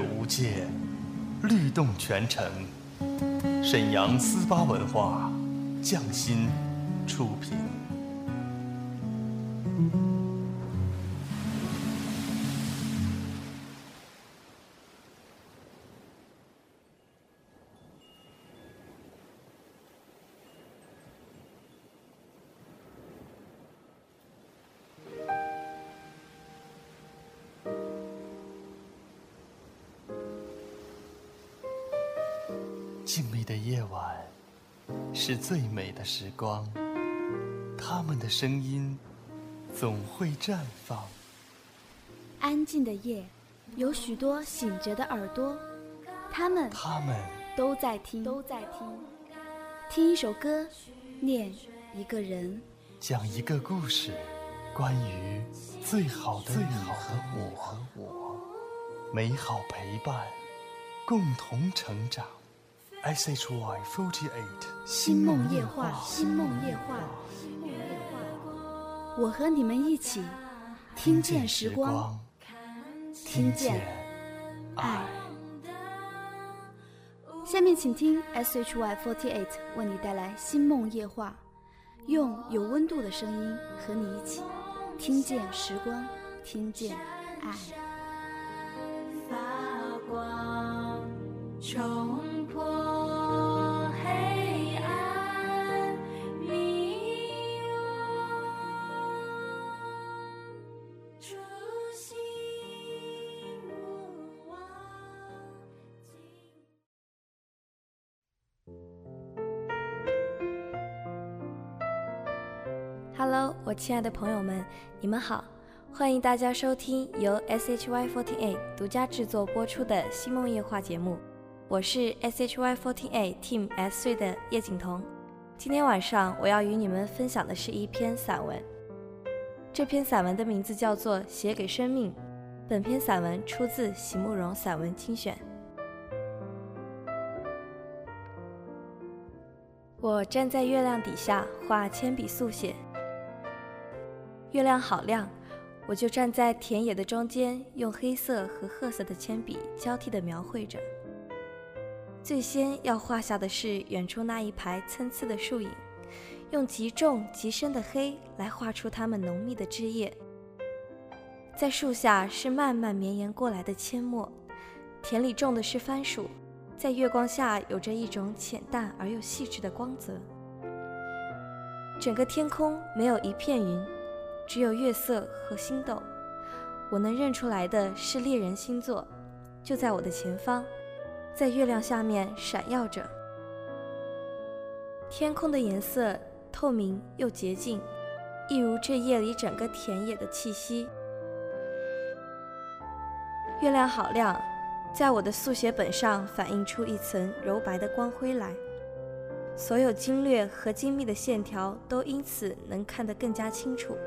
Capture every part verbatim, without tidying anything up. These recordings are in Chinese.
无界，律动全城。沈阳思巴文化匠心出品。静谧的夜晚是最美的时光，他们的声音总会绽放。 安静的夜，有许多醒着的耳朵，他们他们都在听，都在听。听一首歌，念一个人， 讲一个故事，关于最好的你和我，美好陪伴，共同成长。S H Y forty-eight 星梦夜话，星梦夜话，我和你们一起听见时光，听见爱。下面请听 S H Y forty-eight 为你带来星梦夜话，用有温度的声音和你一起听见时光，听见爱。 发光冲破黑暗迷惘，初心勿忘。 Hello， 我亲爱的朋友们，你们好，欢迎大家收听由 S H Y forty-eight 独家制作播出的星梦夜话节目。我是 S H Y forty-eight Team S 三 的叶景彤。今天晚上我要与你们分享的是一篇散文，这篇散文的名字叫做《写给生命》。本篇散文出自席慕容散文精选。我站在月亮底下画铅笔速写，月亮好亮，我就站在田野的中间，用黑色和褐色的铅笔交替地描绘着。最先要画下的是远处那一排参差的树影，用极重极深的黑来画出它们浓密的枝叶。在树下是慢慢绵延过来的阡陌，田里种的是番薯，在月光下有着一种浅淡而又细致的光泽。整个天空没有一片云，只有月色和星斗。我能认出来的是猎人星座，就在我的前方，在月亮下面闪耀着。天空的颜色透明又洁净，一如这夜里整个田野的气息。月亮好亮，在我的速写本上反映出一层柔白的光辉来，所有精略和精密的线条都因此能看得更加清楚。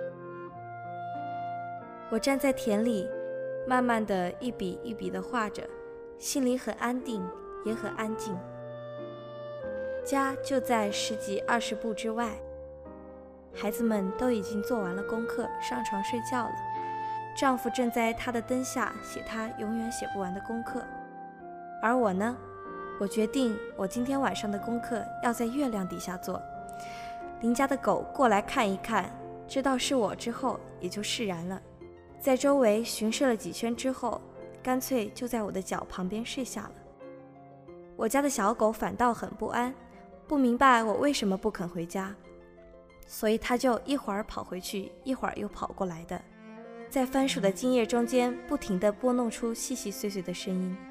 我站在田里，慢慢地一笔一笔地画着，心里很安定，也很安静。家就在十几二十步之外，孩子们都已经做完了功课，上床睡觉了。丈夫正在他的灯下写他永远写不完的功课，而我呢，我决定我今天晚上的功课要在月亮底下做。邻家的狗过来看一看，知道是我之后也就释然了，在周围巡视了几圈之后，干脆就在我的脚旁边睡下了。我家的小狗反倒很不安，不明白我为什么不肯回家，所以它就一会儿跑回去，一会儿又跑过来的，在番薯的茎叶中间不停地拨弄出细细碎碎的声音。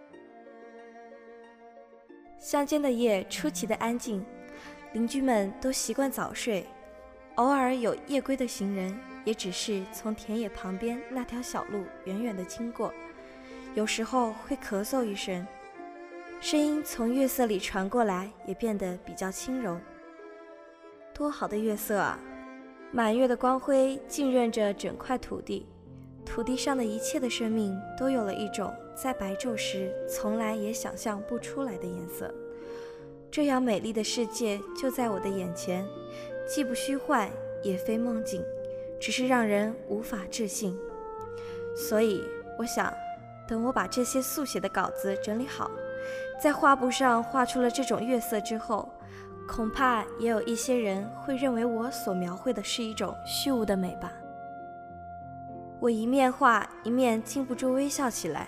乡间的夜出奇的安静，邻居们都习惯早睡，偶尔有夜归的行人，也只是从田野旁边那条小路远远地经过，有时候会咳嗽一声，声音从月色里传过来，也变得比较轻柔。多好的月色啊！满月的光辉浸润着整块土地，土地上的一切的生命都有了一种在白昼时从来也想象不出来的颜色。这样美丽的世界就在我的眼前，既不虚幻，也非梦境，只是让人无法置信。所以我想， 等我把这些速写的稿子整理好，在画布上画出了这种月色之后，恐怕也有一些人会认为我所描绘的是一种虚无的美吧。我一面画一面禁不住微笑起来。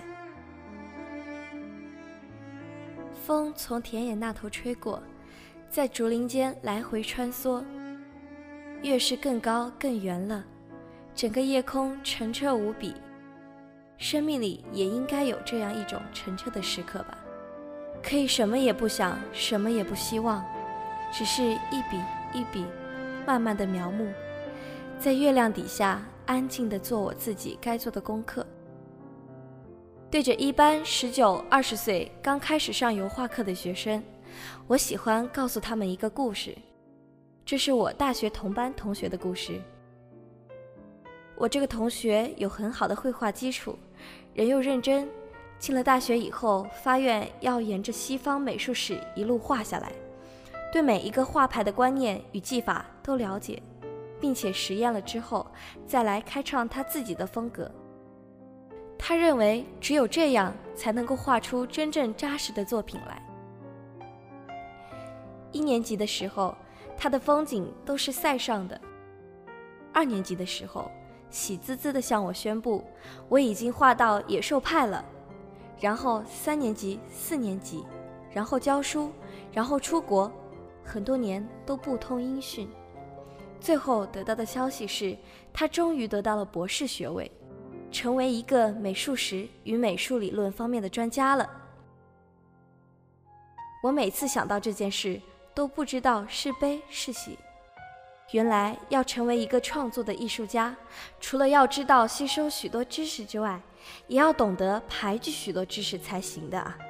风从田野那头吹过，在竹林间来回穿梭，月是更高更圆了，整个夜空澄澈无比。生命里也应该有这样一种澄澈的时刻吧，可以什么也不想，什么也不希望，只是一笔一笔慢慢的描摹，在月亮底下安静地做我自己该做的功课。对着一班十九、二十岁刚开始上油画课的学生，我喜欢告诉他们一个故事，这是我大学同班同学的故事。我这个同学有很好的绘画基础，人又认真，进了大学以后发愿要沿着西方美术史一路画下来，对每一个画派的观念与技法都了解，并且实验了之后再来开创他自己的风格。他认为只有这样才能够画出真正扎实的作品来。一年级的时候，他的风景都是塞上的。二年级的时候，喜滋滋地向我宣布，我已经画到野兽派了。然后三年级、四年级，然后教书，然后出国，很多年都不通音讯。最后得到的消息是，他终于得到了博士学位，成为一个美术史与美术理论方面的专家了。我每次想到这件事，都不知道是悲是喜。原来要成为一个创作的艺术家，除了要知道吸收许多知识之外，也要懂得排拒许多知识才行的啊。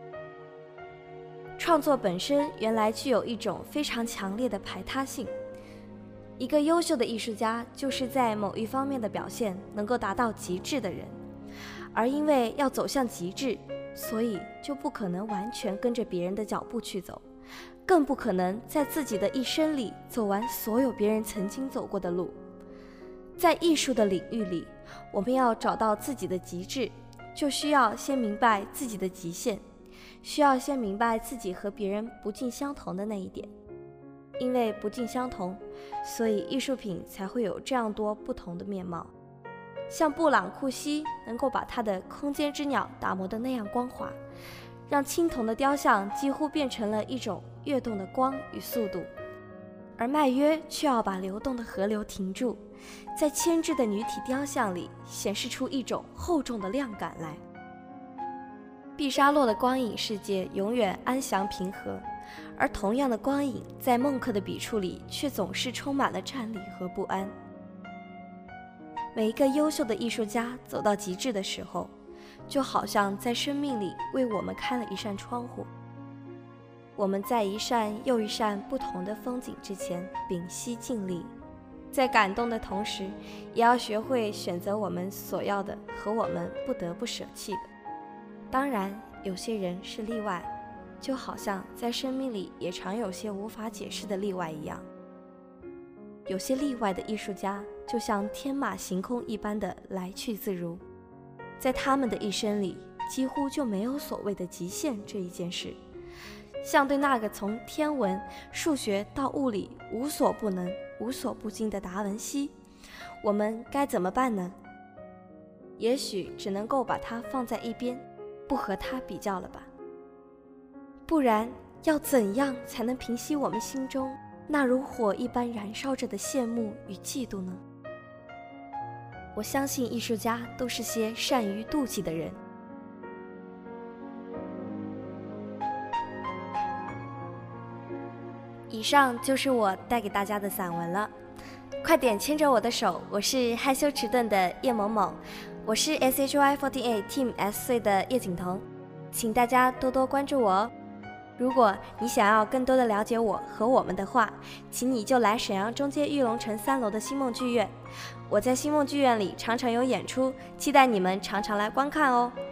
创作本身原来具有一种非常强烈的排他性。一个优秀的艺术家就是在某一方面的表现能够达到极致的人，而因为要走向极致，所以就不可能完全跟着别人的脚步去走，更不可能在自己的一生里走完所有别人曾经走过的路。在艺术的领域里，我们要找到自己的极致，就需要先明白自己的极限，需要先明白自己和别人不尽相同的那一点。因为不尽相同，所以艺术品才会有这样多不同的面貌。像布朗库西能够把他的空间之鸟打磨得那样光滑，让青铜的雕像几乎变成了一种跃动的光与速度，而麦约却要把流动的河流停住，在牵制的女体雕像里显示出一种厚重的亮感来。毕沙洛的光影世界永远安详平和，而同样的光影在孟克的笔触里却总是充满了战栗和不安。每一个优秀的艺术家走到极致的时候，就好像在生命里为我们开了一扇窗户，我们在一扇又一扇不同的风景之前屏息静力，在感动的同时，也要学会选择我们所要的和我们不得不舍弃的。当然，有些人是例外，就好像在生命里也常有些无法解释的例外一样。有些例外的艺术家就像天马行空一般的来去自如，在他们的一生里几乎就没有所谓的极限这一件事。像对那个从天文、数学到物理无所不能、无所不精的达文西，我们该怎么办呢？也许只能够把它放在一边，不和他比较了吧。不然要怎样才能平息我们心中那如火一般燃烧着的羡慕与嫉妒呢？我相信艺术家都是些善于妒忌的人。以上就是我带给大家的散文了，快点牵着我的手，我是害羞迟钝的叶萌萌，我是 S H Y 四十八 Team S 岁的叶景彤，请大家多多关注我哦。如果你想要更多的了解我和我们的话，请你就来沈阳中街玉龙城三楼的星梦剧院，我在星梦剧院里常常有演出，期待你们常常来观看哦。